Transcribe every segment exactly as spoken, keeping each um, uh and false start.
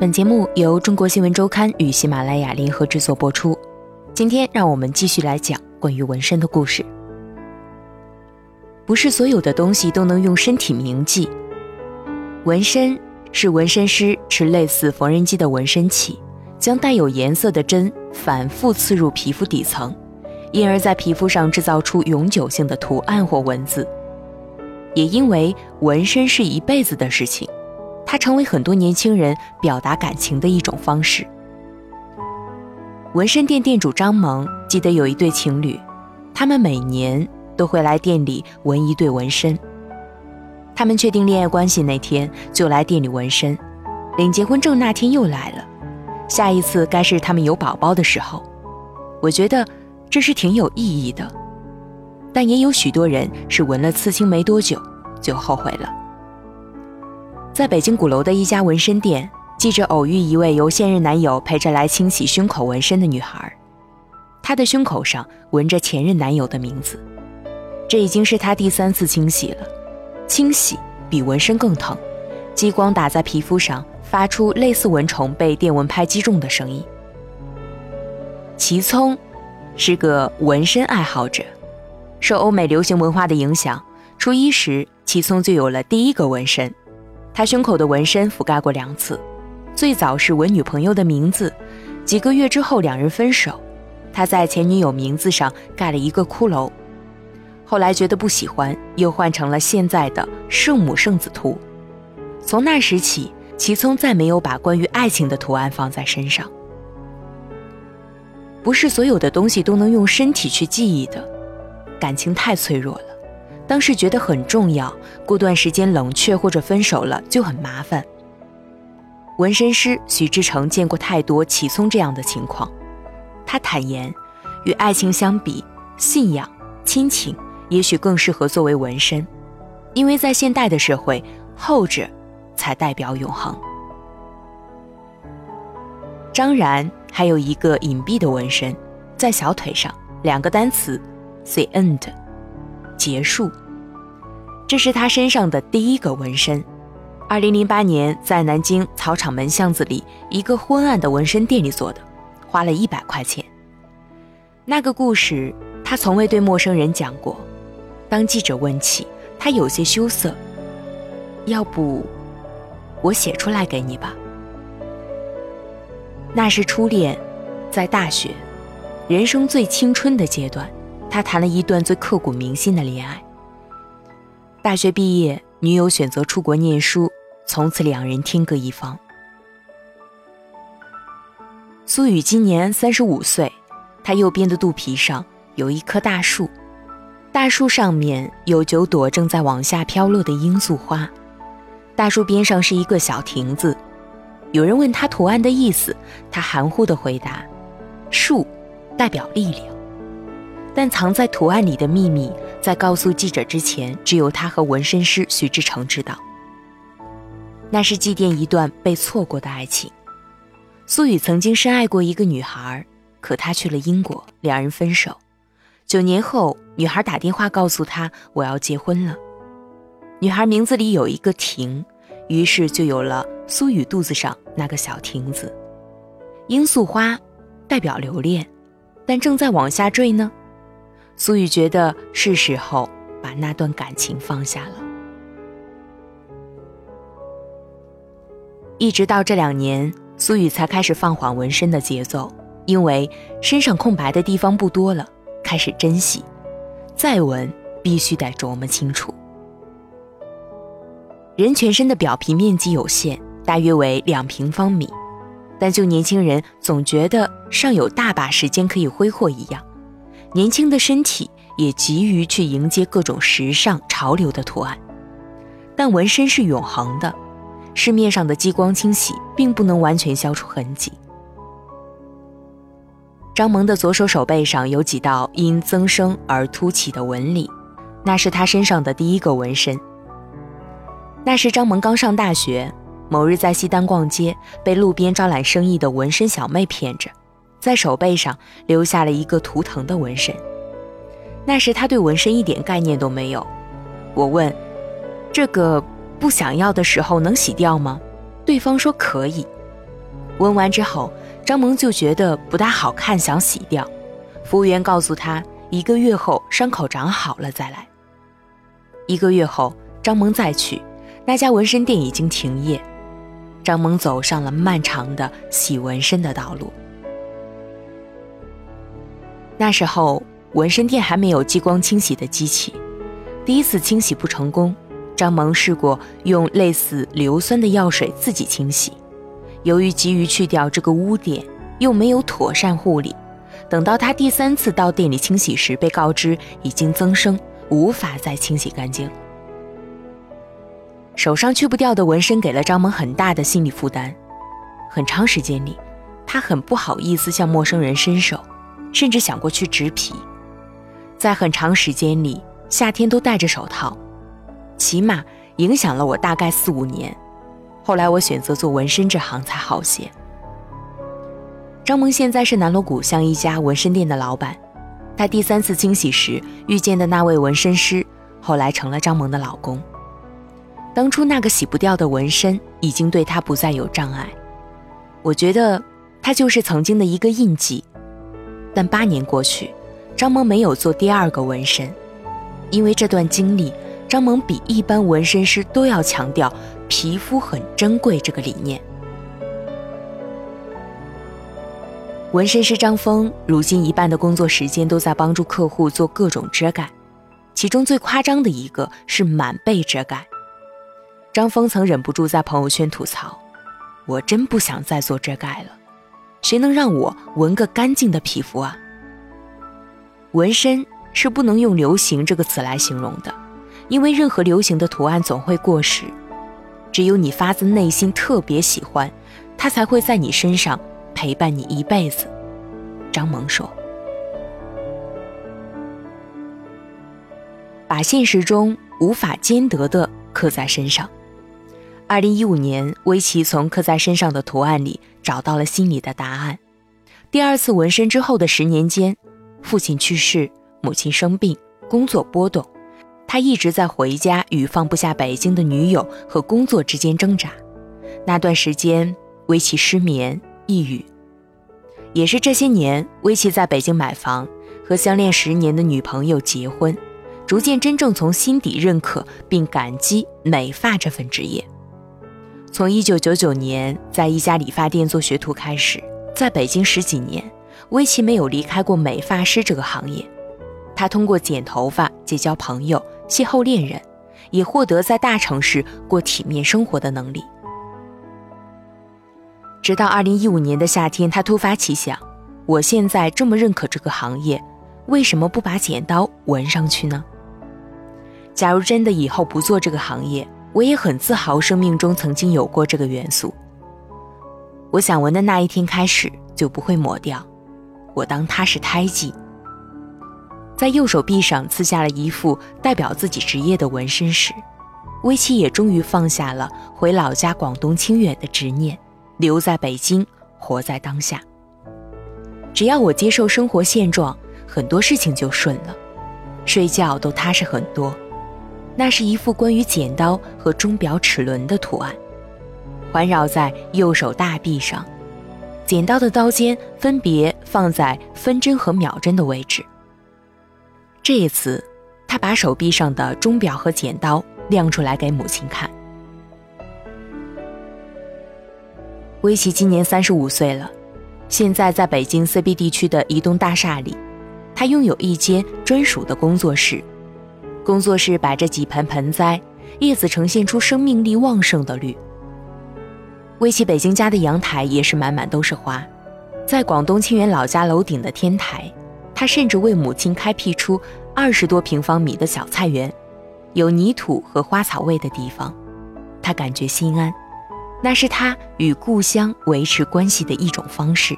本节目由中国新闻周刊与喜马拉雅联合制作播出。今天让我们继续来讲关于纹身的故事。不是所有的东西都能用身体铭记。纹身是纹身师持类似缝纫机的纹身器，将带有颜色的针反复刺入皮肤底层，因而在皮肤上制造出永久性的图案或文字。也因为纹身是一辈子的事情，它成为很多年轻人表达感情的一种方式。纹身店店主张萌记得有一对情侣，他们每年都会来店里纹一对纹身。他们确定恋爱关系那天就来店里纹身，领结婚证那天又来了，下一次该是他们有宝宝的时候。我觉得这是挺有意义的，但也有许多人是纹了刺青没多久就后悔了。在北京鼓楼的一家纹身店，记者偶遇一位由现任男友陪着来清洗胸口纹身的女孩，她的胸口上纹着前任男友的名字。这已经是她第三次清洗了，清洗比纹身更疼，激光打在皮肤上，发出类似蚊虫被电蚊拍击中的声音。齐聪是个纹身爱好者，受欧美流行文化的影响，初一时齐聪就有了第一个纹身。他胸口的纹身覆盖过两次，最早是纹女朋友的名字，几个月之后两人分手，他在前女友名字上盖了一个骷髅。后来觉得不喜欢，又换成了现在的圣母圣子图。从那时起，齐聪再没有把关于爱情的图案放在身上。不是所有的东西都能用身体去记忆的，感情太脆弱了，当时觉得很重要，过段时间冷却或者分手了就很麻烦。纹身师许志成见过太多齐聪这样的情况，他坦言，与爱情相比，信仰、亲情也许更适合作为纹身，因为在现代的社会，后者才代表永恒。张然还有一个隐蔽的纹身，在小腿上两个单词 The End， 结束。这是他身上的第一个纹身。二零零八年在南京草场门巷子里一个昏暗的纹身店里做的，花了一百块钱。那个故事他从未对陌生人讲过，当记者问起，他有些羞涩，要不我写出来给你吧。那是初恋，在大学，人生最青春的阶段，他谈了一段最刻骨铭心的恋爱。大学毕业，女友选择出国念书，从此两人天各一方。苏雨今年三十五岁，她右边的肚皮上有一棵大树，大树上面有九朵正在往下飘落的罂粟花，大树边上是一个小亭子。有人问他图案的意思，他含糊地回答，树代表力量。但藏在图案里的秘密，在告诉记者之前，只有他和纹身师许志成知道。那是祭奠一段被错过的爱情。苏雨曾经深爱过一个女孩，可她去了英国，两人分手。九年后，女孩打电话告诉他，我要结婚了。女孩名字里有一个亭，于是就有了苏雨肚子上那个小亭子。罂粟花代表留恋，但正在往下坠呢。苏雨觉得是时候把那段感情放下了。一直到这两年，苏雨才开始放缓纹身的节奏，因为身上空白的地方不多了，开始珍惜，再纹必须得琢磨清楚。人全身的表皮面积有限，大约为两平方米，但就年轻人总觉得尚有大把时间可以挥霍一样，年轻的身体也急于去迎接各种时尚潮流的图案。但纹身是永恒的，市面上的激光清洗并不能完全消除痕迹。张萌的左手手背上有几道因增生而凸起的纹理，那是他身上的第一个纹身。那是张萌刚上大学，某日在西单逛街，被路边招揽生意的纹身小妹骗着，在手背上留下了一个图腾的纹身。那时他对纹身一点概念都没有。我问，这个不想要的时候能洗掉吗？对方说可以。 纹完之后，张萌就觉得不大好看，想洗掉。服务员告诉他，一个月后伤口长好了再来。一个月后，张萌再去，那家纹身店已经停业。张萌走上了漫长的洗纹身的道路。那时候，纹身店还没有激光清洗的机器，第一次清洗不成功，张萌试过用类似硫酸的药水自己清洗。由于急于去掉这个污点，又没有妥善护理，等到他第三次到店里清洗时，被告知已经增生，无法再清洗干净。手上去不掉的纹身给了张萌很大的心理负担，很长时间里，他很不好意思向陌生人伸手，甚至想过去植皮。在很长时间里，夏天都戴着手套，起码影响了我大概四五年。后来我选择做纹身这行才好些。张萌现在是南锣鼓巷一家纹身店的老板，他第三次清洗时遇见的那位纹身师，后来成了张萌的老公。当初那个洗不掉的纹身已经对他不再有障碍，我觉得他就是曾经的一个印记。但八年过去，张萌没有做第二个纹身，因为这段经历，张萌比一般纹身师都要强调皮肤很珍贵这个理念。纹身师张峰如今一半的工作时间都在帮助客户做各种遮盖，其中最夸张的一个是满背遮盖。张峰曾忍不住在朋友圈吐槽，我真不想再做遮盖了，谁能让我纹个干净的皮肤啊？纹身是不能用流行这个词来形容的，因为任何流行的图案总会过时，只有你发自内心特别喜欢，它才会在你身上陪伴你一辈子。张萌说，把现实中无法兼得的刻在身上。二零一五年，薇琪从刻在身上的图案里找到了心里的答案。第二次纹身之后的十年间，父亲去世，母亲生病，工作波动，他一直在回家与放不下北京的女友和工作之间挣扎。那段时间，薇琪失眠、抑郁。也是这些年，薇琪在北京买房，和相恋十年的女朋友结婚，逐渐真正从心底认可并感激美发这份职业。从一九九九年在一家理发店做学徒开始，在北京十几年，薇琪没有离开过美发师这个行业。她通过剪头发结交朋友，邂逅恋人，也获得在大城市过体面生活的能力。直到二零一五年的夏天，她突发奇想，我现在这么认可这个行业，为什么不把剪刀纹上去呢？假如真的以后不做这个行业，我也很自豪生命中曾经有过这个元素。我想纹的那一天开始就不会抹掉，我当它是胎记。在右手臂上刺下了一副代表自己职业的纹身时，薇琪也终于放下了回老家广东清远的执念，留在北京，活在当下。只要我接受生活现状，很多事情就顺了，睡觉都踏实很多。那是一幅关于剪刀和钟表齿轮的图案，环绕在右手大臂上，剪刀的刀尖分别放在分针和秒针的位置。这一次，他把手臂上的钟表和剪刀亮出来给母亲看。薇琪今年三十五岁了，现在在北京 C B D 区的一栋大厦里，她拥有一间专属的工作室。工作室摆着几盆盆栽，叶子呈现出生命力旺盛的绿。薇琪北京家的阳台也是满满都是花，在广东清远老家楼顶的天台，她甚至为母亲开辟出二十多平方米的小菜园，有泥土和花草味的地方，她感觉心安，那是她与故乡维持关系的一种方式。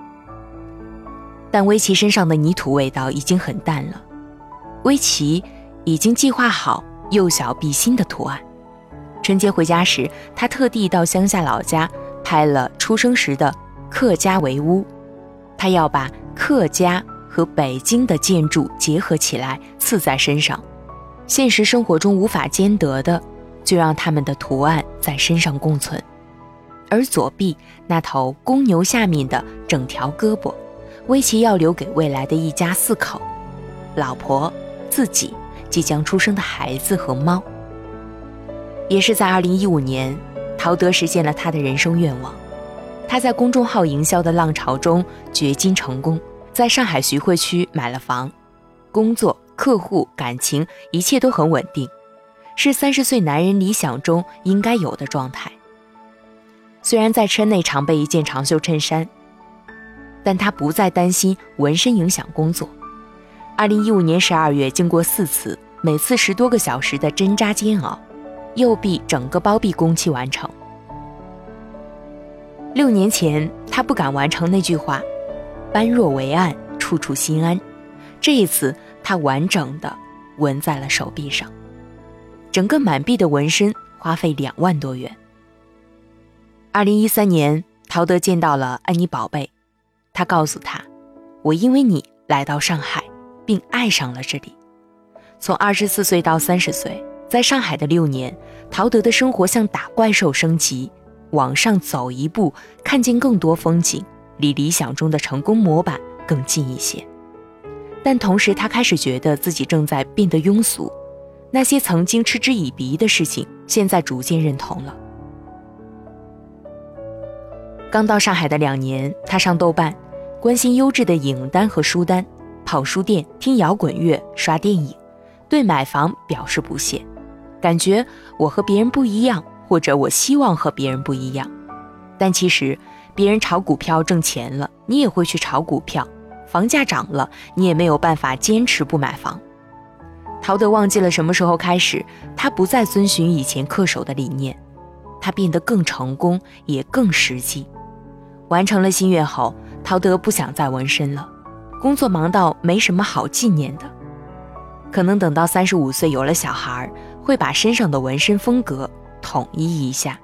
但薇琪身上的泥土味道已经很淡了，薇琪已经计划好幼小必新的图案。春节回家时，他特地到乡下老家拍了出生时的客家围屋，他要把客家和北京的建筑结合起来刺在身上，现实生活中无法兼得的，就让他们的图案在身上共存。 而左臂那头公牛下面的整条胳膊，为其要留给未来的一家四口：老婆、自己、即将出生的孩子和猫。也是在二零一五年，陶德实现了他的人生愿望。他在公众号营销的浪潮中掘金成功，在上海徐汇区买了房，工作、客户、感情一切都很稳定，是三十岁男人理想中应该有的状态。虽然在车内常备一件长袖衬衫，但他不再担心纹身影响工作。二零一五年十二月，经过四次每次十多个小时的针扎煎熬，右臂整个包臂工期完成。六年前，他不敢完成那句话：般若为岸，处处心安。这一次，他完整的纹在了手臂上，整个满臂的纹身花费两万多元。二零一三年，陶德见到了安妮宝贝，他告诉她：我因为你来到上海，并爱上了这里。从二十四岁到三十岁，在上海的六年，陶德的生活像打怪兽升级，往上走一步，看见更多风景，离理想中的成功模板更近一些。但同时他开始觉得自己正在变得庸俗，那些曾经嗤之以鼻的事情，现在逐渐认同了。刚到上海的两年，他上豆瓣，关心优质的影单和书单，跑书店，听摇滚乐，刷电影，对买房表示不屑，感觉我和别人不一样，或者我希望和别人不一样。但其实别人炒股票挣钱了，你也会去炒股票，房价涨了，你也没有办法坚持不买房。陶德忘记了什么时候开始，他不再遵循以前恪守的理念，他变得更成功，也更实际。完成了心愿后，陶德不想再纹身了，工作忙到没什么好纪念的。可能等到三十五岁有了小孩，会把身上的纹身风格统一一下。